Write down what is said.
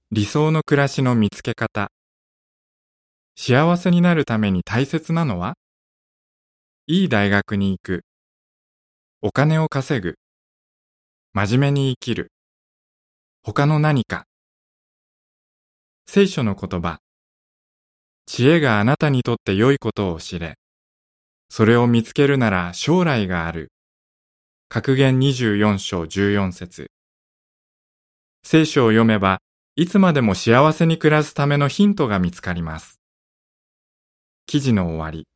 理想の暮らしの見つけ方。幸せになるために大切なのは、いい大学に行く、お金を稼ぐ、真面目に生きる、他の何か。聖書の言葉。知恵があなたにとって良いことを知れ。それを見つけるなら将来がある。格言24章14節。聖書を読めば、いつまでも幸せに暮らすためのヒントが見つかります。記事の終わり。